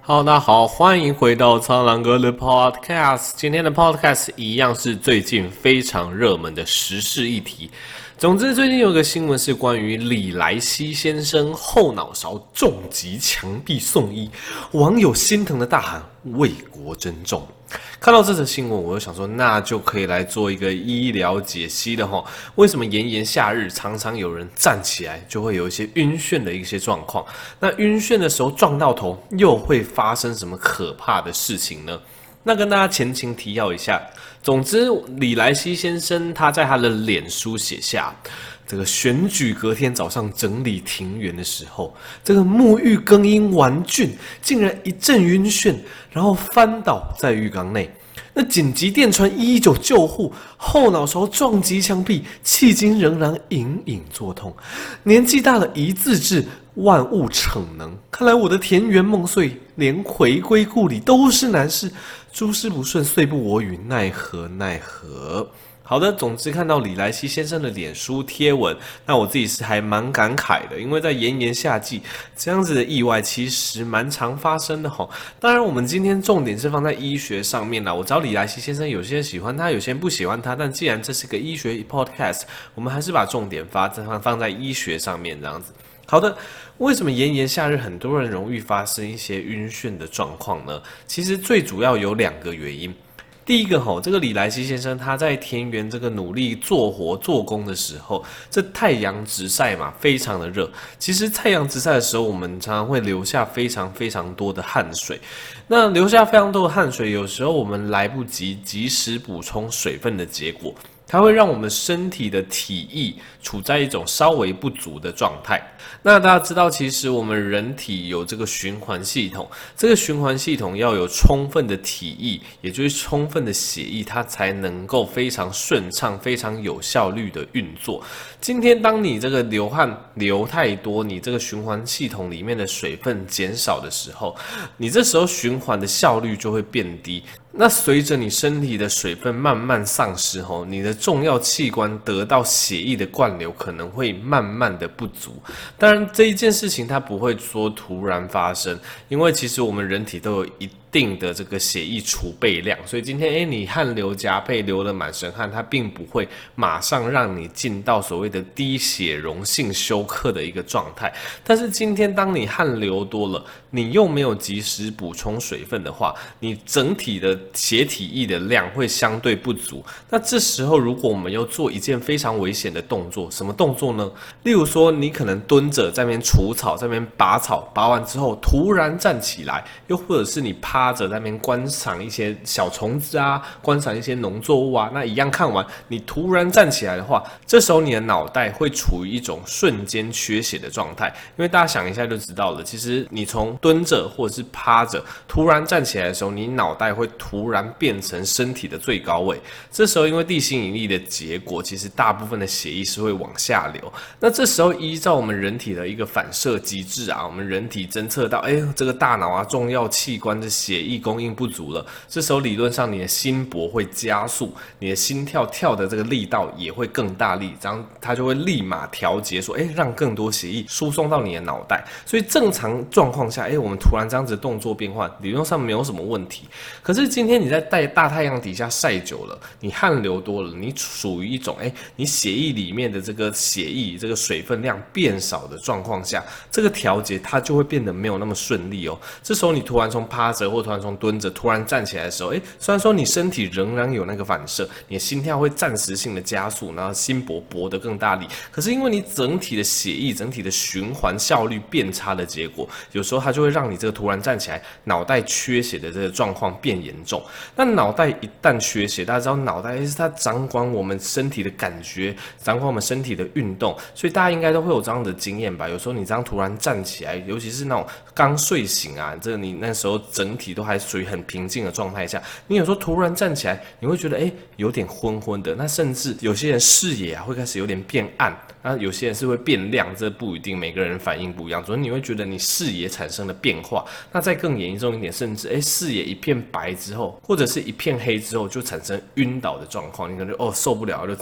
Hello，大家好，欢迎回到苍狼哥的 Podcast。今天的 Podcast 一样是最近非常热门的时事议题。总之，最近有个新闻是关于李莱西先生后脑勺重击墙壁送医，网友心疼的大喊为国珍重。看到这则新闻，我就想说，那就可以来做一个医疗解析了齁。为什么炎炎夏日常常有人站起来就会有一些晕眩的一些状况？那晕眩的时候撞到头，又会发生什么可怕的事情呢？那跟大家前情提要一下。总之，李莱西先生他在他的脸书写下，这个选举隔天早上整理庭园的时候，这个沐浴更衣完竣，竟然一阵晕眩，然后翻倒在浴缸内。那紧急电传119救护，后脑勺撞击墙壁，迄今仍然隐隐作痛。年纪大了一字志，万物逞能。看来我的田园梦碎，连回归故里都是难事。诸事不顺，虽不我与，奈何奈何。好的，总之看到李莱西先生的脸书贴文，那我自己是还蛮感慨的，因为在炎炎夏季，这样子的意外其实蛮常发生的齁。当然，我们今天重点是放在医学上面啦。我知道李莱西先生有些人喜欢他，有些人不喜欢他，但既然这是个医学 podcast， 我们还是把重点放在医学上面这样子。好的，为什么炎炎夏日很多人容易发生一些晕眩的状况呢？其实最主要有2个原因。第一个这个李莱西先生他在田园这个努力做活做工的时候，这太阳直晒嘛，非常的热。其实太阳直晒的时候，我们常常会流下非常非常多的汗水。那流下非常多的汗水，有时候我们来不及及时补充水分的结果，它会让我们身体的体液处在一种稍微不足的状态。那大家知道，其实我们人体有这个循环系统，这个循环系统要有充分的体液，也就是充分的血液，它才能够非常顺畅、非常有效率的运作。今天当你这个流汗流太多，你这个循环系统里面的水分减少的时候，你这时候循环的效率就会变低。那随着你身体的水分慢慢丧失后，你的重要器官得到血液的灌流可能会慢慢的不足。当然这一件事情它不会说突然发生，因为其实我们人体都有一定的这个血液储备量，所以今天你汗流浃背流了满身汗，它并不会马上让你进到所谓的低血溶性休克的一个状态。但是今天当你汗流多了，你又没有及时补充水分的话，你整体的血体液的量会相对不足。那这时候如果我们要做一件非常危险的动作，什么动作呢？例如说你可能蹲着在那边除草，在那边拔草，拔完之后突然站起来，又或者是你趴着在那边观赏一些小虫子啊，观赏一些农作物啊，那一样看完你突然站起来的话，这时候你的脑袋会处于一种瞬间缺血的状态。因为大家想一下就知道了，其实你从蹲着或者是趴着突然站起来的时候，你脑袋会突然变成身体的最高位，这时候因为地心引力的结果，其实大部分的血液是会往下流。那这时候依照我们人体的一个反射机制啊，我们人体侦测到这个大脑啊重要器官的血液供应不足了，这时候理论上你的心搏会加速，你的心跳跳的这个力道也会更大力，这样它就会立马调节说让更多血液输送到你的脑袋。所以正常状况下我们突然这样子的动作变换，理论上没有什么问题。可是今天你在大太阳底下晒久了，你汗流多了，你属于一种你血液里面的这个血液这个水分量变少的状况下，这个调节它就会变得没有那么顺利哦。这时候你突然从趴着或突然从蹲着突然站起来的时候，虽然说你身体仍然有那个反射，你的心跳会暂时性的加速，然后心搏得更大力，可是因为你整体的血液整体的循环效率变差的结果，有时候它就会让你这个突然站起来脑袋缺血的这个状况变严重。那脑袋一旦缺血，大家知道脑袋是它掌管我们身体的感觉，掌管我们身体的运动，所以大家应该都会有这样的经验吧。有时候你这样突然站起来，尤其是那种刚睡醒啊，这个你那时候整体都还属于很平静的状态下，你有时候突然站起来，你会觉得有点昏昏的，那甚至有些人视野会开始有点变暗，那有些人是会变亮，这不一定，每个人反应不一样，所以你会觉得你视野产生了变化。那再更严重一点，甚至视野一片白之后，或者是一片黑之后，就产生晕倒的状况，你可能受不了，就整个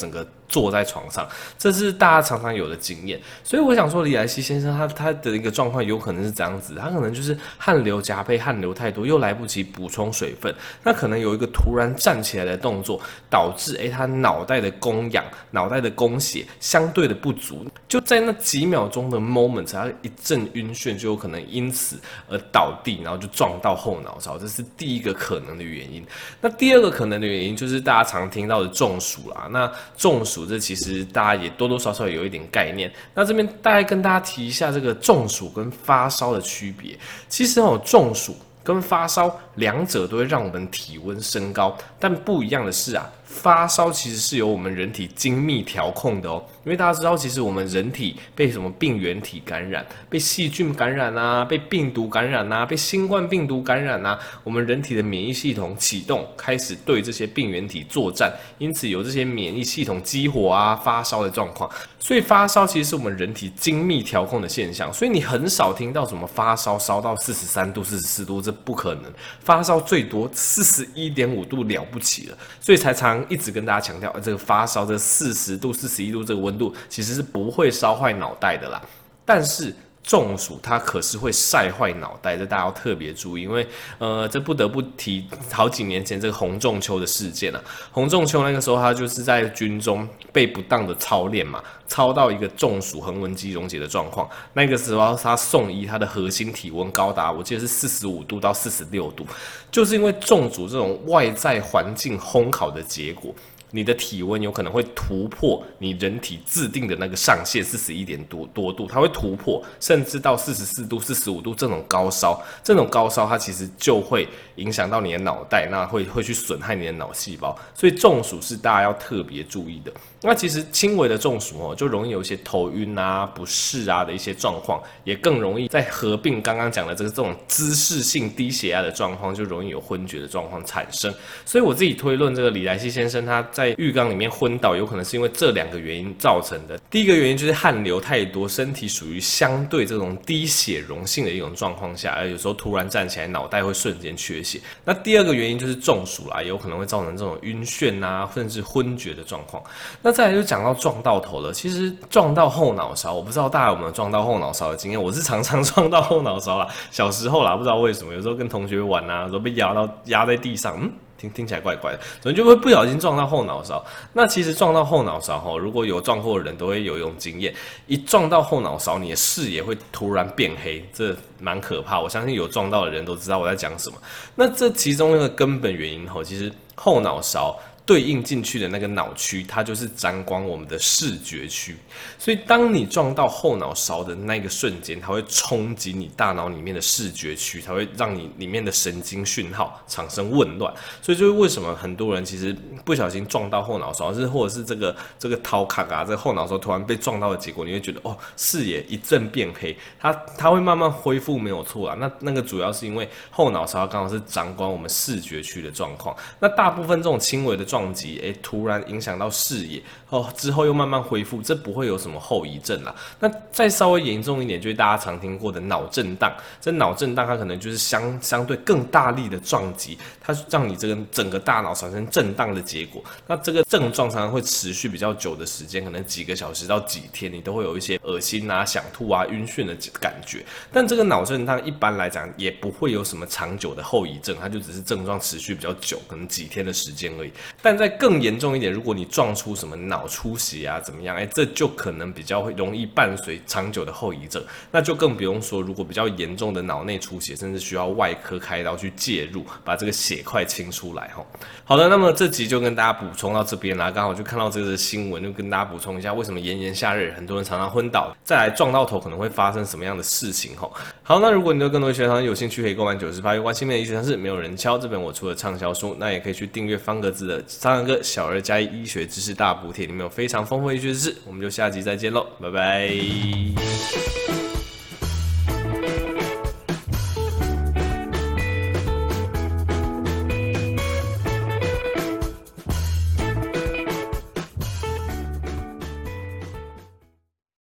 坐在床上，这是大家常常有的经验。所以我想说，李莱西先生他的一个状况有可能是这样子，他可能就是汗流浃背，汗流太多，又来不及补充水分，那可能有一个突然站起来的动作，导致他脑袋的供氧、脑袋的供血相对的不足，就在那几秒钟的 moment， 他一阵晕眩，就有可能因此而倒地，然后就撞到后脑勺，这是第一个可能的原因。那第二个可能的原因就是大家常听到的中暑啦。那中暑这其实大家也多多少少有一点概念。那这边大概跟大家提一下这个中暑跟发烧的区别。其实中暑跟发烧两者都会让我们体温升高，但不一样的是发烧其实是由我们人体精密调控的因为大家知道，其实我们人体被什么病原体感染、被细菌感染被病毒感染被新冠病毒感染我们人体的免疫系统启动，开始对这些病原体作战，因此有这些免疫系统激活发烧的状况。所以发烧其实是我们人体精密调控的现象，所以你很少听到什么发烧烧到43度、44度，这不可能。发烧最多41.5度了不起了，所以才常一直跟大家强调，这个发烧这40度、41度这个温度其实是不会烧坏脑袋的啦。但是中暑它可是会晒坏脑袋，这大家要特别注意，因为这不得不提好几年前这个洪仲丘的事件洪仲丘那个时候他就是在军中被不当的操练嘛，操到一个中暑横纹肌溶解的状况。那个时候他送医，他的核心体温高达我记得是45度到46度，就是因为中暑这种外在环境烘烤的结果。你的体温有可能会突破你人体制定的那个上限41.多度，它会突破，甚至到44度、45度这种高烧，它其实就会影响到你的脑袋，那会去损害你的脑细胞，所以中暑是大家要特别注意的。那其实轻微的中暑就容易有一些头晕不适的一些状况，也更容易在合并刚刚讲的这种姿势性低血压的状况，就容易有昏厥的状况产生。所以我自己推论，这个李莱西先生他在浴缸里面昏倒，有可能是因为这两个原因造成的。第一个原因就是汗流太多，身体属于相对这种低血溶性的一种状况下，而有时候突然站起来，脑袋会瞬间缺血。那第二个原因就是中暑啦，有可能会造成这种晕眩甚至昏厥的状况。那再来就讲到撞到头了，其实撞到后脑勺，我不知道大家有没有撞到后脑勺的经验，我是常常撞到后脑勺啦，小时候啦，不知道为什么，有时候跟同学玩有时候被压在地上，听起来怪怪的，所以就会不小心撞到后脑勺。那其实撞到后脑勺如果有撞过的人都会有一种经验，一撞到后脑勺，你的视野会突然变黑，这蛮可怕。我相信有撞到的人都知道我在讲什么。那这其中一个根本原因其实后脑勺对应进去的那个脑区，它就是沾光我们的视觉区，所以当你撞到后脑勺的那个瞬间，它会冲击你大脑里面的视觉区，它会让你里面的神经讯号产生紊乱，所以就是为什么很多人其实不小心撞到后脑勺，或者是这个头壳这个后脑勺突然被撞到的结果，你会觉得视野一阵变黑，它会慢慢恢复没有错那个主要是因为后脑勺刚好是掌管我们视觉区的状况，那大部分这种轻微的撞击突然影响到视野之后又慢慢恢复，这不会有什么后遗症啦。那再稍微严重一点，就是大家常听过的脑震荡。这脑震荡它可能就是相对更大力的撞击，它让你这个整个大脑产生震荡的结果。那这个症状常常会持续比较久的时间，可能几个小时到几天，你都会有一些恶心想吐晕眩的感觉。但这个脑震荡一般来讲也不会有什么长久的后遗症，它就只是症状持续比较久，可能几天的时间而已。但再更严重一点，如果你撞出什么脑出血怎么样，这就可能比较会容易伴随长久的后遗症。那就更不用说，如果比较严重的脑内出血，甚至需要外科开刀去介入，把这个血块清出来好的，那么这集就跟大家补充到这边啦。刚好就看到这个新闻，就跟大家补充一下，为什么炎炎夏日很多人常常昏倒，再来撞到头可能会发生什么样的事情好，那如果你对更多医学常识有兴趣，可以购买98有关新面的医学常识，没有人敲这本我出的畅销书，那也可以去订阅方格子的苍狼哥小儿加医学知识大补帖，里面有非常丰富的医学知识。我们就下集再见喽，拜拜。